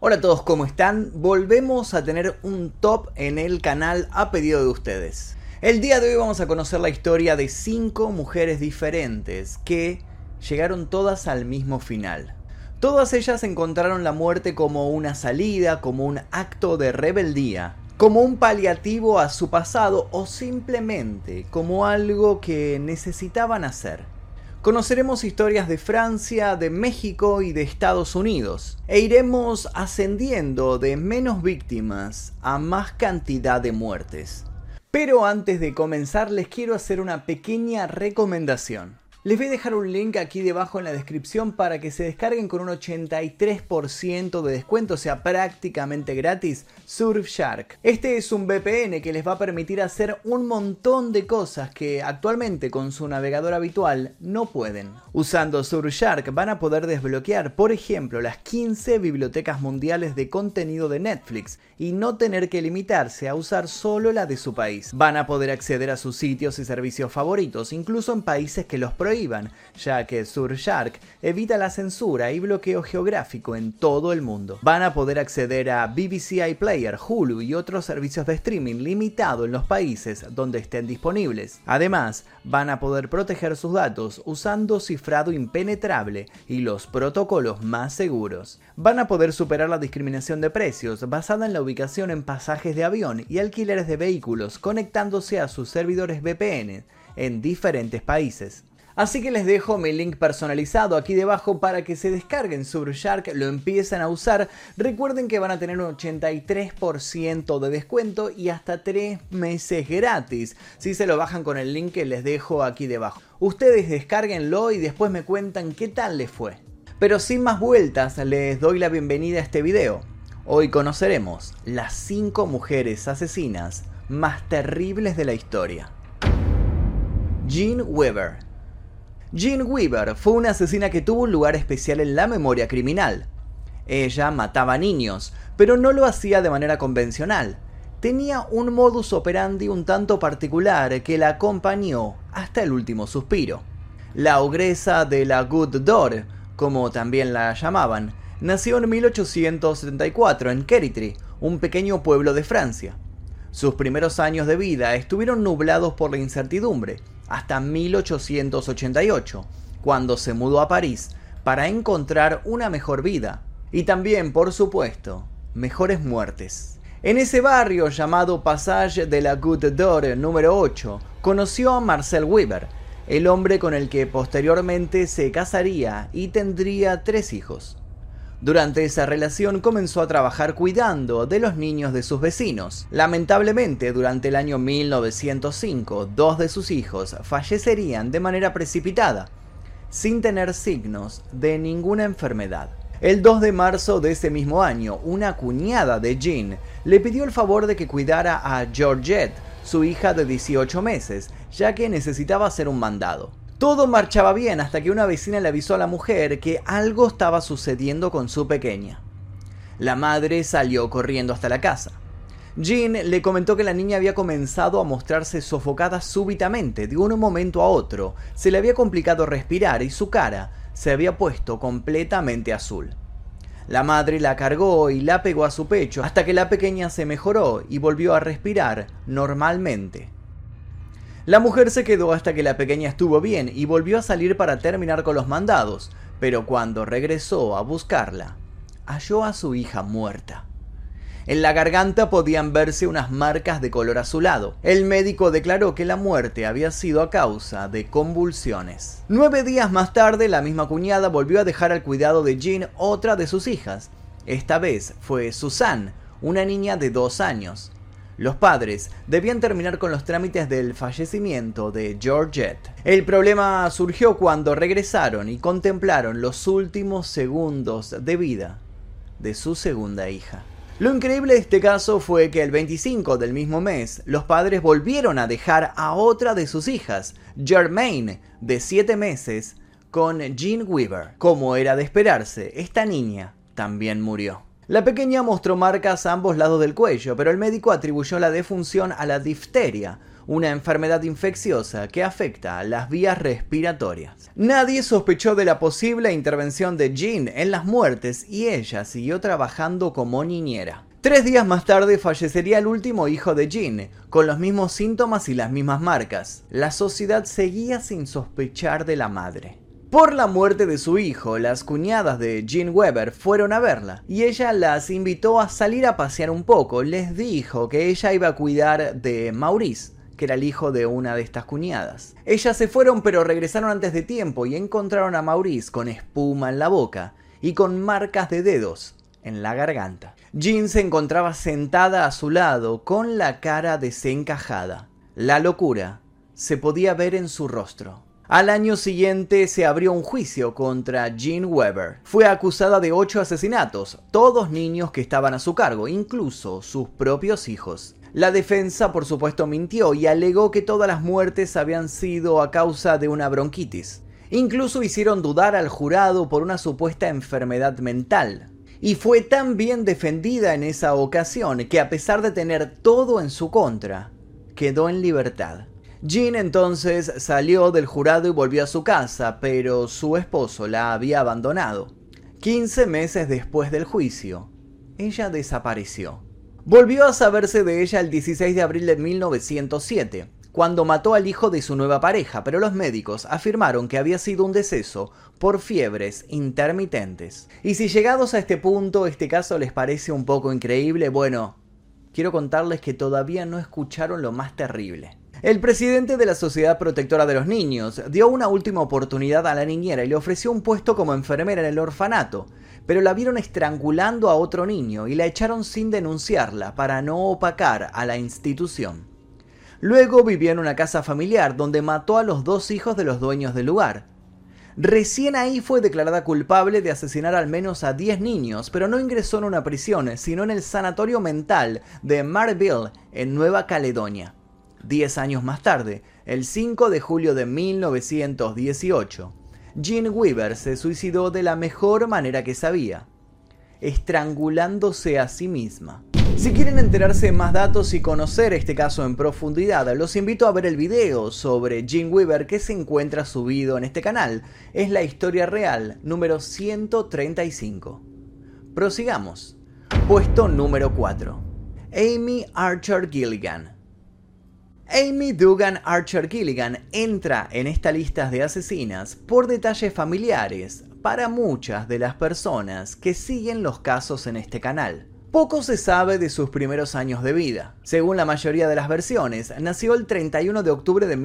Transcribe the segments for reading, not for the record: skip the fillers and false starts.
Hola a todos, ¿cómo están? Volvemos a tener un top en el canal a pedido de ustedes. El día de hoy vamos a conocer la historia de 5 mujeres diferentes que llegaron todas al mismo final. Todas ellas encontraron la muerte como una salida, como un acto de rebeldía, como un paliativo a su pasado o simplemente como algo que necesitaban hacer. Conoceremos historias de Francia, de México y de Estados Unidos e iremos ascendiendo de menos víctimas a más cantidad de muertes. Pero antes de comenzar les quiero hacer una pequeña recomendación. Les voy a dejar un link aquí debajo en la descripción para que se descarguen con un 83% de descuento, o sea, prácticamente gratis, Surfshark. Este es un VPN que les va a permitir hacer un montón de cosas que actualmente con su navegador habitual no pueden. Usando Surfshark van a poder desbloquear, por ejemplo, las 15 bibliotecas mundiales de contenido de Netflix y no tener que limitarse a usar solo la de su país. Van a poder acceder a sus sitios y servicios favoritos, incluso en países que los prohíban, ya que Surfshark evita la censura y bloqueo geográfico en todo el mundo. Van a poder acceder a BBC iPlayer, Hulu y otros servicios de streaming limitado en los países donde estén disponibles. Además, van a poder proteger sus datos usando cifrado impenetrable y los protocolos más seguros. Van a poder superar la discriminación de precios basada en la ubicación en pasajes de avión y alquileres de vehículos conectándose a sus servidores VPN en diferentes países. Así que les dejo mi link personalizado aquí debajo para que se descarguen Surfshark, lo empiecen a usar. Recuerden que van a tener un 83% de descuento y hasta 3 meses gratis si se lo bajan con el link que les dejo aquí debajo. Ustedes descárguenlo y después me cuentan qué tal les fue. Pero sin más vueltas, les doy la bienvenida a este video. Hoy conoceremos las 5 mujeres asesinas más terribles de la historia. Jean Weaver. Jean Weaver fue una asesina que tuvo un lugar especial en la memoria criminal. Ella mataba niños, pero no lo hacía de manera convencional. Tenía un modus operandi un tanto particular que la acompañó hasta el último suspiro. La ogresa de la Good Door, como también la llamaban, nació en 1874 en Kerritry, un pequeño pueblo de Francia. Sus primeros años de vida estuvieron nublados por la incertidumbre, hasta 1888, cuando se mudó a París para encontrar una mejor vida y también, por supuesto, mejores muertes. En ese barrio llamado Passage de la Goutte d'Or número 8, conoció a Marcel Weaver, el hombre con el que posteriormente se casaría y tendría 3 hijos. Durante esa relación comenzó a trabajar cuidando de los niños de sus vecinos. Lamentablemente, durante el año 1905, 2 de sus hijos fallecerían de manera precipitada, sin tener signos de ninguna enfermedad. El 2 de marzo de ese mismo año, una cuñada de Jean le pidió el favor de que cuidara a Georgette, su hija de 18 meses, ya que necesitaba hacer un mandado. Todo marchaba bien hasta que una vecina le avisó a la mujer que algo estaba sucediendo con su pequeña. La madre salió corriendo hasta la casa. Jean le comentó que la niña había comenzado a mostrarse sofocada súbitamente, de un momento a otro. Se le había complicado respirar y su cara se había puesto completamente azul. La madre la cargó y la pegó a su pecho hasta que la pequeña se mejoró y volvió a respirar normalmente. La mujer se quedó hasta que la pequeña estuvo bien y volvió a salir para terminar con los mandados, pero cuando regresó a buscarla, halló a su hija muerta. En la garganta podían verse unas marcas de color azulado. El médico declaró que la muerte había sido a causa de convulsiones. 9 días más tarde, la misma cuñada volvió a dejar al cuidado de Jean otra de sus hijas. Esta vez fue Suzanne, una niña de 2 años. Los padres debían terminar con los trámites del fallecimiento de Georgette. El problema surgió cuando regresaron y contemplaron los últimos segundos de vida de su segunda hija. Lo increíble de este caso fue que el 25 del mismo mes, los padres volvieron a dejar a otra de sus hijas, Germaine, de 7 meses, con Jean Weaver. Como era de esperarse, esta niña también murió. La pequeña mostró marcas a ambos lados del cuello, pero el médico atribuyó la defunción a la difteria, una enfermedad infecciosa que afecta a las vías respiratorias. Nadie sospechó de la posible intervención de Jean en las muertes y ella siguió trabajando como niñera. 3 días más tarde fallecería el último hijo de Jean, con los mismos síntomas y las mismas marcas. La sociedad seguía sin sospechar de la madre. Por la muerte de su hijo, las cuñadas de Jean Weber fueron a verla y ella las invitó a salir a pasear un poco. Les dijo que ella iba a cuidar de Maurice, que era el hijo de una de estas cuñadas. Ellas se fueron, pero regresaron antes de tiempo y encontraron a Maurice con espuma en la boca y con marcas de dedos en la garganta. Jean se encontraba sentada a su lado con la cara desencajada. La locura se podía ver en su rostro. Al año siguiente se abrió un juicio contra Jean Weber. Fue acusada de 8 asesinatos, todos niños que estaban a su cargo, incluso sus propios hijos. La defensa, por supuesto, mintió y alegó que todas las muertes habían sido a causa de una bronquitis. Incluso hicieron dudar al jurado por una supuesta enfermedad mental. Y fue tan bien defendida en esa ocasión que, a pesar de tener todo en su contra, quedó en libertad. Jean entonces salió del jurado y volvió a su casa, pero su esposo la había abandonado. 15 meses después del juicio, ella desapareció. Volvió a saberse de ella el 16 de abril de 1907, cuando mató al hijo de su nueva pareja, pero los médicos afirmaron que había sido un deceso por fiebres intermitentes. Y si llegados a este punto este caso les parece un poco increíble, bueno, quiero contarles que todavía no escucharon lo más terrible. El presidente de la Sociedad Protectora de los Niños dio una última oportunidad a la niñera y le ofreció un puesto como enfermera en el orfanato, pero la vieron estrangulando a otro niño y la echaron sin denunciarla para no opacar a la institución. Luego vivió en una casa familiar donde mató a los 2 hijos de los dueños del lugar. Recién ahí fue declarada culpable de asesinar al menos a 10 niños, pero no ingresó en una prisión, sino en el sanatorio mental de Marville, en Nueva Caledonia. 10 años más tarde, el 5 de julio de 1918, Jean Weber se suicidó de la mejor manera que sabía, estrangulándose a sí misma. Si quieren enterarse de más datos y conocer este caso en profundidad, los invito a ver el video sobre Jean Weber que se encuentra subido en este canal. Es la historia real número 135. Prosigamos. Puesto número 4. Amy Archer Gilligan. Amy Dugan Archer Gilligan entra en esta lista de asesinas por detalles familiares para muchas de las personas que siguen los casos en este canal. Poco se sabe de sus primeros años de vida. Según la mayoría de las versiones, nació el 31 de octubre de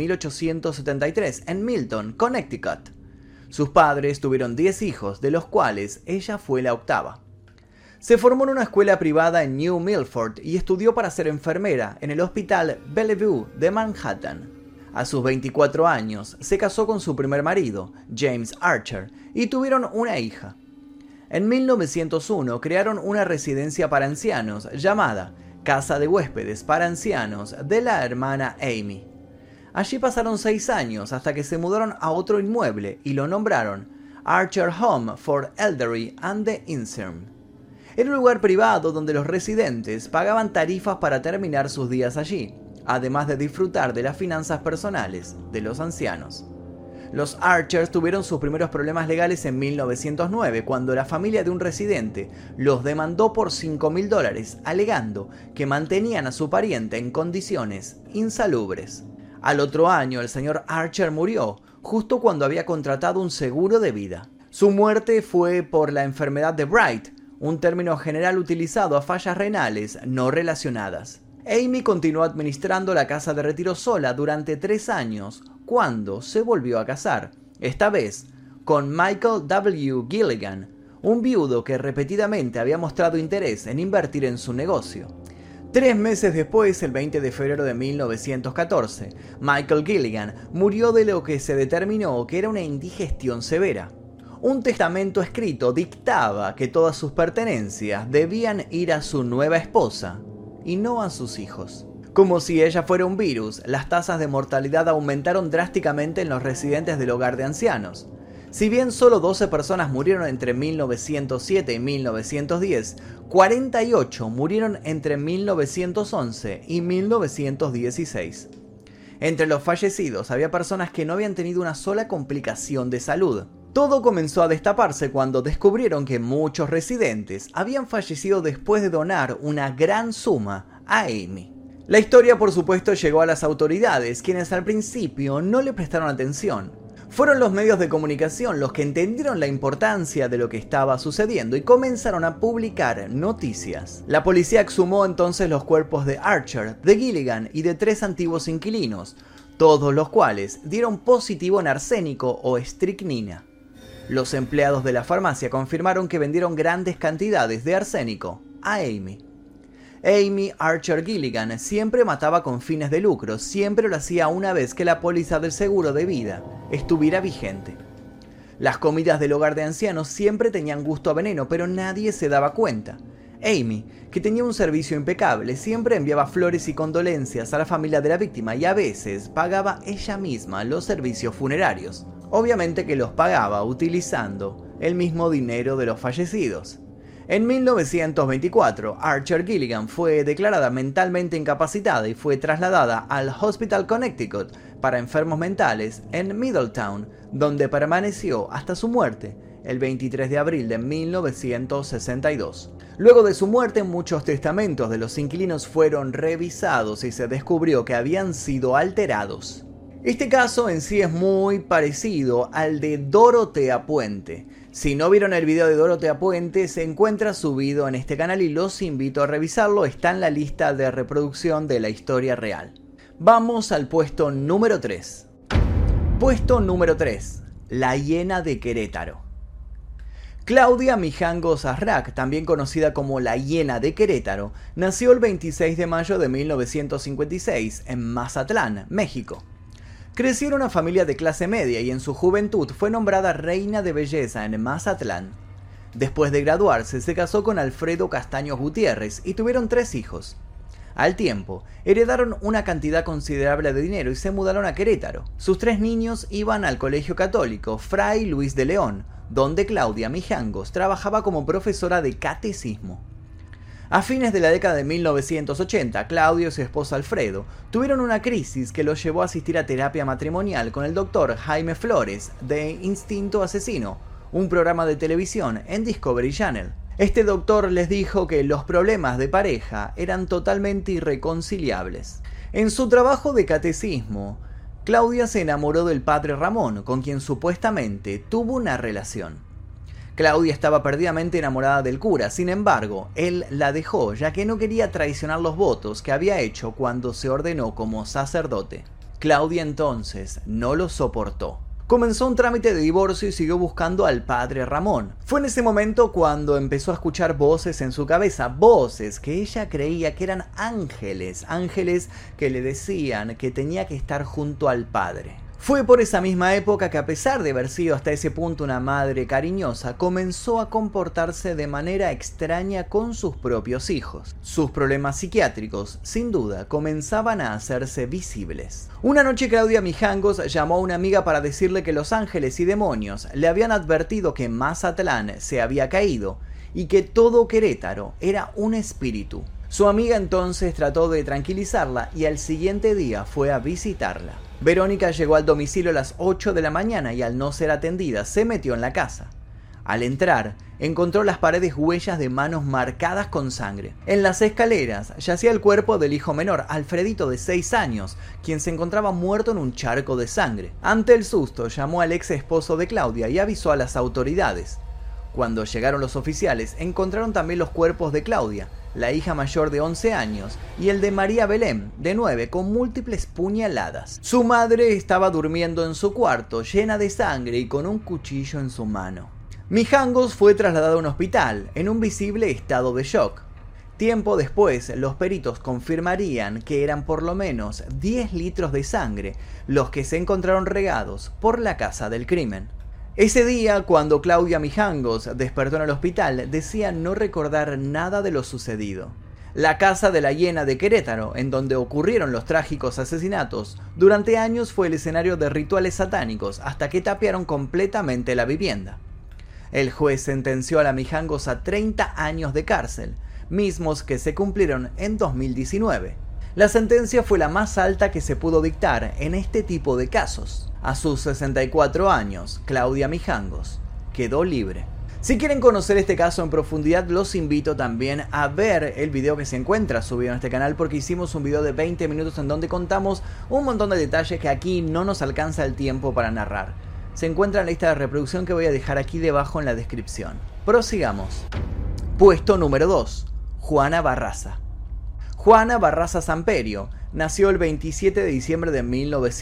1873 en Milton, Connecticut. Sus padres tuvieron 10 hijos, de los cuales ella fue la octava. Se formó en una escuela privada en New Milford y estudió para ser enfermera en el Hospital Bellevue de Manhattan. A sus 24 años se casó con su primer marido, James Archer, y tuvieron una hija. En 1901 crearon una residencia para ancianos llamada Casa de Huéspedes para Ancianos de la hermana Amy. Allí pasaron 6 años hasta que se mudaron a otro inmueble y lo nombraron Archer Home for Elderly and the Infirm. Era un lugar privado donde los residentes pagaban tarifas para terminar sus días allí, además de disfrutar de las finanzas personales de los ancianos. Los Archers tuvieron sus primeros problemas legales en 1909, cuando la familia de un residente los demandó por $5,000, alegando que mantenían a su pariente en condiciones insalubres. Al otro año, el señor Archer murió, justo cuando había contratado un seguro de vida. Su muerte fue por la enfermedad de Bright, un término general utilizado a fallas renales no relacionadas. Amy continuó administrando la casa de retiro sola durante 3 años, cuando se volvió a casar, esta vez con Michael W. Gilligan, un viudo que repetidamente había mostrado interés en invertir en su negocio. 3 meses después, el 20 de febrero de 1914, Michael Gilligan murió de lo que se determinó que era una indigestión severa. Un testamento escrito dictaba que todas sus pertenencias debían ir a su nueva esposa y no a sus hijos. Como si ella fuera un virus, las tasas de mortalidad aumentaron drásticamente en los residentes del hogar de ancianos. Si bien solo 12 personas murieron entre 1907 y 1910, 48 murieron entre 1911 y 1916. Entre los fallecidos había personas que no habían tenido una sola complicación de salud. Todo comenzó a destaparse cuando descubrieron que muchos residentes habían fallecido después de donar una gran suma a Amy. La historia, por supuesto, llegó a las autoridades, quienes al principio no le prestaron atención. Fueron los medios de comunicación los que entendieron la importancia de lo que estaba sucediendo y comenzaron a publicar noticias. La policía exhumó entonces los cuerpos de Archer, de Gilligan y de 3 antiguos inquilinos, todos los cuales dieron positivo en arsénico o estricnina. Los empleados de la farmacia confirmaron que vendieron grandes cantidades de arsénico a Amy. Amy Archer Gilligan siempre mataba con fines de lucro, siempre lo hacía una vez que la póliza del seguro de vida estuviera vigente. Las comidas del hogar de ancianos siempre tenían gusto a veneno, pero nadie se daba cuenta. Amy, que tenía un servicio impecable, siempre enviaba flores y condolencias a la familia de la víctima y a veces pagaba ella misma los servicios funerarios. Obviamente que los pagaba utilizando el mismo dinero de los fallecidos. En 1924, Archer Gilligan fue declarada mentalmente incapacitada y fue trasladada al Hospital Connecticut para enfermos mentales en Middletown, donde permaneció hasta su muerte el 23 de abril de 1962. Luego de su muerte, muchos testamentos de los inquilinos fueron revisados y se descubrió que habían sido alterados. Este caso en sí es muy parecido al de Dorotea Puente. Si no vieron el video de Dorotea Puente, se encuentra subido en este canal y los invito a revisarlo, está en la lista de reproducción de la historia real. Vamos al puesto número 3. Puesto número 3. La hiena de Querétaro. Claudia Mijangos Arrac, también conocida como la hiena de Querétaro, nació el 26 de mayo de 1956 en Mazatlán, México. Creció en una familia de clase media y en su juventud fue nombrada reina de belleza en Mazatlán. Después de graduarse, se casó con Alfredo Castaños Gutiérrez y tuvieron 3 hijos. Al tiempo, heredaron una cantidad considerable de dinero y se mudaron a Querétaro. Sus 3 niños iban al colegio católico Fray Luis de León, donde Claudia Mijangos trabajaba como profesora de catecismo. A fines de la década de 1980, Claudio y su esposo Alfredo tuvieron una crisis que los llevó a asistir a terapia matrimonial con el doctor Jaime Flores de Instinto Asesino, un programa de televisión en Discovery Channel. Este doctor les dijo que los problemas de pareja eran totalmente irreconciliables. En su trabajo de catecismo, Claudia se enamoró del padre Ramón, con quien supuestamente tuvo una relación. Claudia estaba perdidamente enamorada del cura, sin embargo, él la dejó ya que no quería traicionar los votos que había hecho cuando se ordenó como sacerdote. Claudia entonces no lo soportó. Comenzó un trámite de divorcio y siguió buscando al padre Ramón. Fue en ese momento cuando empezó a escuchar voces en su cabeza, voces que ella creía que eran ángeles, ángeles que le decían que tenía que estar junto al padre. Fue por esa misma época que, a pesar de haber sido hasta ese punto una madre cariñosa, comenzó a comportarse de manera extraña con sus propios hijos. Sus problemas psiquiátricos, sin duda, comenzaban a hacerse visibles. Una noche Claudia Mijangos llamó a una amiga para decirle que los ángeles y demonios le habían advertido que Mazatlán se había caído y que todo Querétaro era un espíritu. Su amiga entonces trató de tranquilizarla y al siguiente día fue a visitarla. Verónica llegó al domicilio a las 8 de la mañana y al no ser atendida se metió en la casa. Al entrar, encontró las paredes huellas de manos marcadas con sangre. En las escaleras yacía el cuerpo del hijo menor, Alfredito, de 6 años, quien se encontraba muerto en un charco de sangre. Ante el susto, llamó al ex esposo de Claudia y avisó a las autoridades. Cuando llegaron los oficiales, encontraron también los cuerpos de Claudia, la hija mayor de 11 años, y el de María Belén, de 9, con múltiples puñaladas. Su madre estaba durmiendo en su cuarto, llena de sangre y con un cuchillo en su mano. Mijangos fue trasladado a un hospital, en un visible estado de shock. Tiempo después, los peritos confirmarían que eran por lo menos 10 litros de sangre los que se encontraron regados por la casa del crimen. Ese día, cuando Claudia Mijangos despertó en el hospital, decía no recordar nada de lo sucedido. La casa de la hiena de Querétaro, en donde ocurrieron los trágicos asesinatos, durante años fue el escenario de rituales satánicos hasta que tapiaron completamente la vivienda. El juez sentenció a la Mijangos a 30 años de cárcel, mismos que se cumplieron en 2019. La sentencia fue la más alta que se pudo dictar en este tipo de casos. A sus 64 años, Claudia Mijangos quedó libre. Si quieren conocer este caso en profundidad, los invito también a ver el video que se encuentra subido en este canal, porque hicimos un video de 20 minutos en donde contamos un montón de detalles que aquí no nos alcanza el tiempo para narrar. Se encuentra en la lista de reproducción que voy a dejar aquí debajo en la descripción. Prosigamos. Puesto número 2. Juana Barraza. Juana Barraza Samperio nació el 27 de diciembre de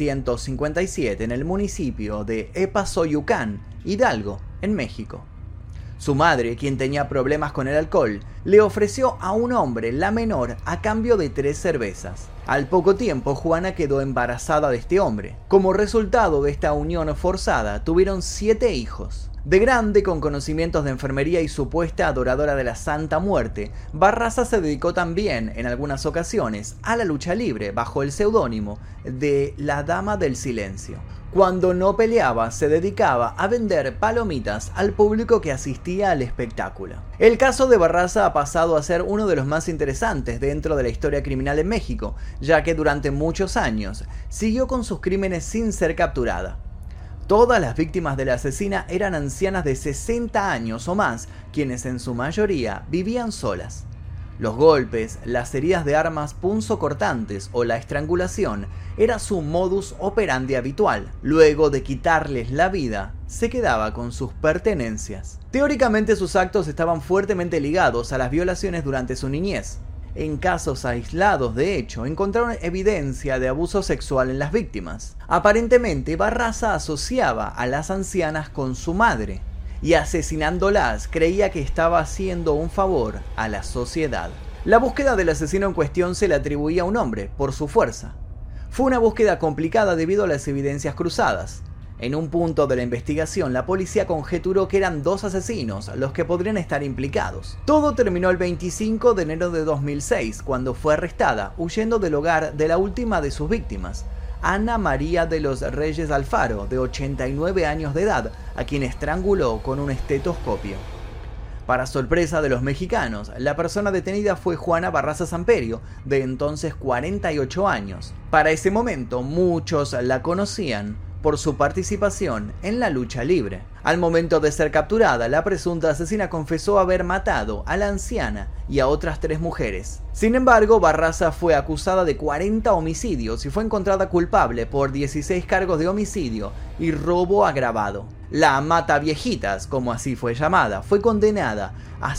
1957 en el municipio de Epazoyucán, Hidalgo, en México. Su madre, quien tenía problemas con el alcohol, le ofreció a un hombre, la menor, a cambio de 3 cervezas. Al poco tiempo, Juana quedó embarazada de este hombre. Como resultado de esta unión forzada, tuvieron 7 hijos. De grande, con conocimientos de enfermería y supuesta adoradora de la Santa Muerte, Barraza se dedicó también, en algunas ocasiones, a la lucha libre, bajo el seudónimo de la Dama del Silencio. Cuando no peleaba, se dedicaba a vender palomitas al público que asistía al espectáculo. El caso de Barraza ha pasado a ser uno de los más interesantes dentro de la historia criminal en México, ya que durante muchos años siguió con sus crímenes sin ser capturada. Todas las víctimas de la asesina eran ancianas de 60 años o más, quienes en su mayoría vivían solas. Los golpes, las heridas de armas punzocortantes o la estrangulación era su modus operandi habitual. Luego de quitarles la vida, se quedaba con sus pertenencias. Teóricamente sus actos estaban fuertemente ligados a las violaciones durante su niñez. En casos aislados, de hecho, encontraron evidencia de abuso sexual en las víctimas. Aparentemente, Barraza asociaba a las ancianas con su madre, y asesinándolas creía que estaba haciendo un favor a la sociedad. La búsqueda del asesino en cuestión se le atribuía a un hombre, por su fuerza. Fue una búsqueda complicada debido a las evidencias cruzadas. En un punto de la investigación, la policía conjeturó que eran 2 asesinos los que podrían estar implicados. Todo terminó el 25 de enero de 2006, cuando fue arrestada, huyendo del hogar de la última de sus víctimas, Ana María de los Reyes Alfaro, de 89 años de edad, a quien estranguló con un estetoscopio. Para sorpresa de los mexicanos, la persona detenida fue Juana Barraza Samperio, de entonces 48 años. Para ese momento, muchos la conocían por su participación en la lucha libre. Al momento de ser capturada, la presunta asesina confesó haber matado a la anciana y a otras 3 mujeres. Sin embargo, Barraza fue acusada de 40 homicidios y fue encontrada culpable por 16 cargos de homicidio y robo agravado. La Mataviejitas, como así fue llamada, fue condenada a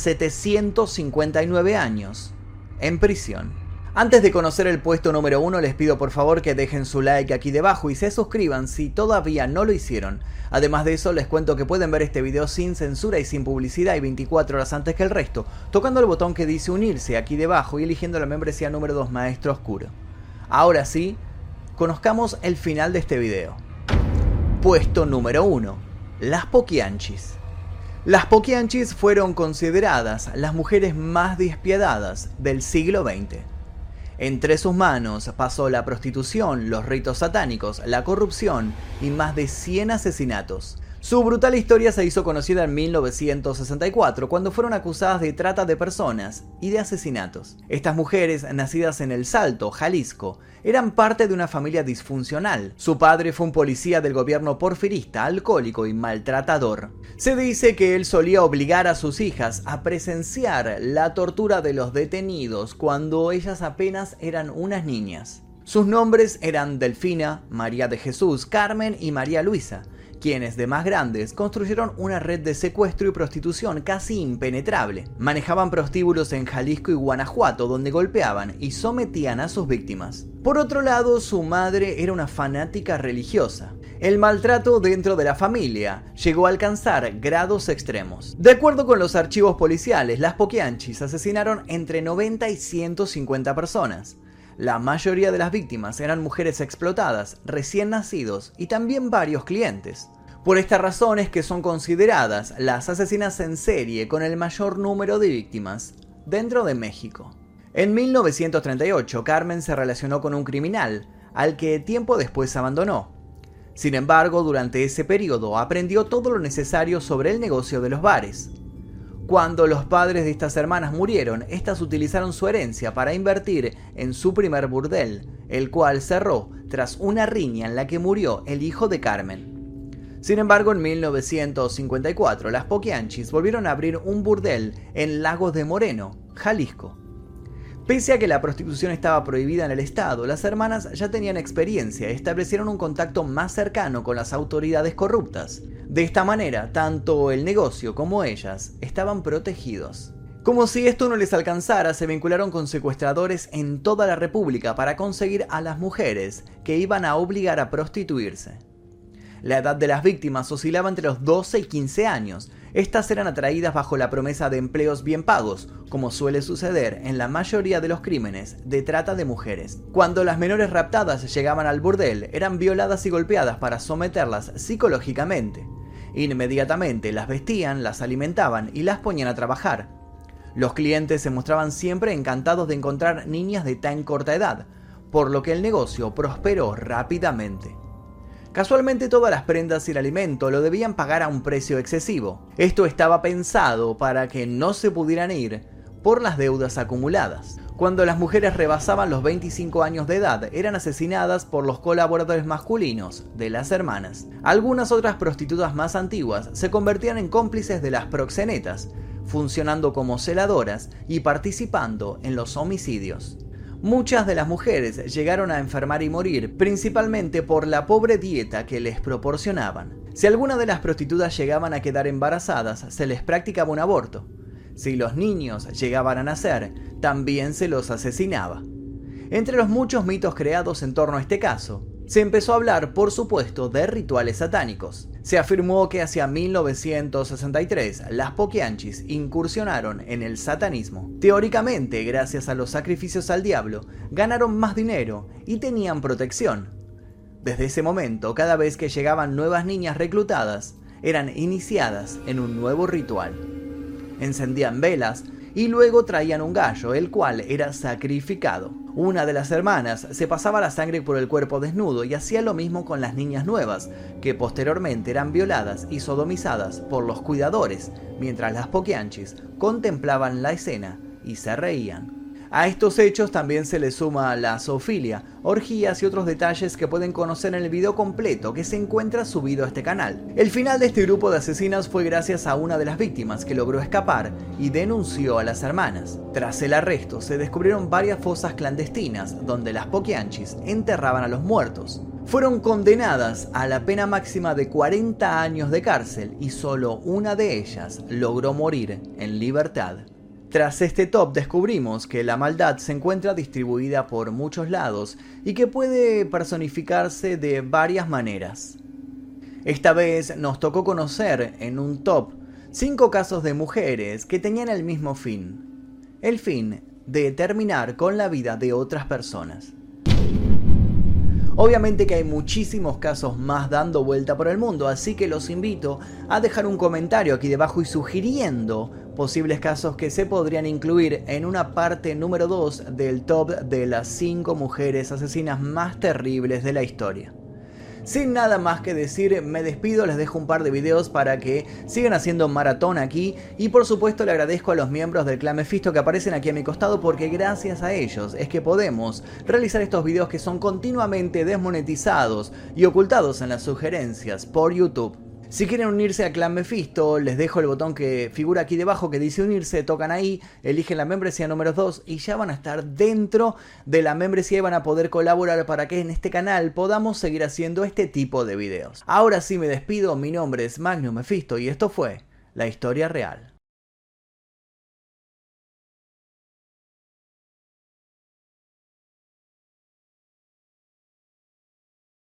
759 años en prisión. Antes de conocer el puesto número 1, les pido por favor que dejen su like aquí debajo y se suscriban si todavía no lo hicieron. Además de eso, les cuento que pueden ver este video sin censura y sin publicidad y 24 horas antes que el resto, tocando el botón que dice unirse aquí debajo y eligiendo la membresía número 2 Maestro Oscuro. Ahora sí, conozcamos el final de este video. Puesto número 1. Las Poquianchis. Las Poquianchis fueron consideradas las mujeres más despiadadas del siglo XX. Entre sus manos pasó la prostitución, los ritos satánicos, la corrupción y más de 100 asesinatos. Su brutal historia se hizo conocida en 1964, cuando fueron acusadas de trata de personas y de asesinatos. Estas mujeres, nacidas en El Salto, Jalisco, eran parte de una familia disfuncional. Su padre fue un policía del gobierno porfirista, alcohólico y maltratador. Se dice que él solía obligar a sus hijas a presenciar la tortura de los detenidos cuando ellas apenas eran unas niñas. Sus nombres eran Delfina, María de Jesús, Carmen y María Luisa, quienes de más grandes construyeron una red de secuestro y prostitución casi impenetrable. Manejaban prostíbulos en Jalisco y Guanajuato, donde golpeaban y sometían a sus víctimas. Por otro lado, su madre era una fanática religiosa. El maltrato dentro de la familia llegó a alcanzar grados extremos. De acuerdo con los archivos policiales, las Poquianchis asesinaron entre 90 y 150 personas. La mayoría de las víctimas eran mujeres explotadas, recién nacidos y también varios clientes. Por esta razón es que son consideradas las asesinas en serie con el mayor número de víctimas dentro de México. En 1938, Carmen se relacionó con un criminal, al que tiempo después abandonó. Sin embargo, durante ese periodo aprendió todo lo necesario sobre el negocio de los bares. Cuando los padres de estas hermanas murieron, estas utilizaron su herencia para invertir en su primer burdel, el cual cerró tras una riña en la que murió el hijo de Carmen. Sin embargo, en 1954, las Poquianchis volvieron a abrir un burdel en Lagos de Moreno, Jalisco. Pese a que la prostitución estaba prohibida en el estado, las hermanas ya tenían experiencia y establecieron un contacto más cercano con las autoridades corruptas. De esta manera, tanto el negocio como ellas estaban protegidos. Como si esto no les alcanzara, se vincularon con secuestradores en toda la República para conseguir a las mujeres que iban a obligar a prostituirse. La edad de las víctimas oscilaba entre los 12 y 15 años. Estas eran atraídas bajo la promesa de empleos bien pagos, como suele suceder en la mayoría de los crímenes de trata de mujeres. Cuando las menores raptadas llegaban al burdel, eran violadas y golpeadas para someterlas psicológicamente. Inmediatamente las vestían, las alimentaban y las ponían a trabajar. Los clientes se mostraban siempre encantados de encontrar niñas de tan corta edad, por lo que el negocio prosperó rápidamente. Casualmente todas las prendas y el alimento lo debían pagar a un precio excesivo. Esto estaba pensado para que no se pudieran ir por las deudas acumuladas. Cuando las mujeres rebasaban los 25 años de edad, eran asesinadas por los colaboradores masculinos de las hermanas. Algunas otras prostitutas más antiguas se convertían en cómplices de las proxenetas, funcionando como celadoras y participando en los homicidios. Muchas de las mujeres llegaron a enfermar y morir, principalmente por la pobre dieta que les proporcionaban. Si alguna de las prostitutas llegaban a quedar embarazadas, se les practicaba un aborto. Si los niños llegaban a nacer, también se los asesinaba. Entre los muchos mitos creados en torno a este caso, se empezó a hablar, por supuesto, de rituales satánicos. Se afirmó que hacia 1963 las Poquianchis incursionaron en el satanismo. Teóricamente, gracias a los sacrificios al diablo, ganaron más dinero y tenían protección. Desde ese momento, cada vez que llegaban nuevas niñas reclutadas, eran iniciadas en un nuevo ritual. Encendían velas y luego traían un gallo, el cual era sacrificado. Una de las hermanas se pasaba la sangre por el cuerpo desnudo y hacía lo mismo con las niñas nuevas, que posteriormente eran violadas y sodomizadas por los cuidadores, mientras las Poquianchis contemplaban la escena y se reían. A estos hechos también se le suma la zoofilia, orgías y otros detalles que pueden conocer en el video completo que se encuentra subido a este canal. El final de este grupo de asesinas fue gracias a una de las víctimas que logró escapar y denunció a las hermanas. Tras el arresto se descubrieron varias fosas clandestinas donde las Poquianchis enterraban a los muertos. Fueron condenadas a la pena máxima de 40 años de cárcel y solo una de ellas logró morir en libertad. Tras este top descubrimos que la maldad se encuentra distribuida por muchos lados y que puede personificarse de varias maneras. Esta vez nos tocó conocer en un top 5 casos de mujeres que tenían el mismo fin. El fin de terminar con la vida de otras personas. Obviamente que hay muchísimos casos más dando vuelta por el mundo, así que los invito a dejar un comentario aquí debajo y sugiriendo posibles casos que se podrían incluir en una parte número 2 del top de las 5 mujeres asesinas más terribles de la historia. Sin nada más que decir, me despido, les dejo un par de videos para que sigan haciendo maratón aquí y por supuesto le agradezco a los miembros del clan Mephisto que aparecen aquí a mi costado porque gracias a ellos es que podemos realizar estos videos que son continuamente desmonetizados y ocultados en las sugerencias por YouTube. Si quieren unirse al clan Mephisto, les dejo el botón que figura aquí debajo que dice unirse, tocan ahí, eligen la membresía número 2 y ya van a estar dentro de la membresía y van a poder colaborar para que en este canal podamos seguir haciendo este tipo de videos. Ahora sí me despido, mi nombre es Magnum Mephisto y esto fue La Historia Real.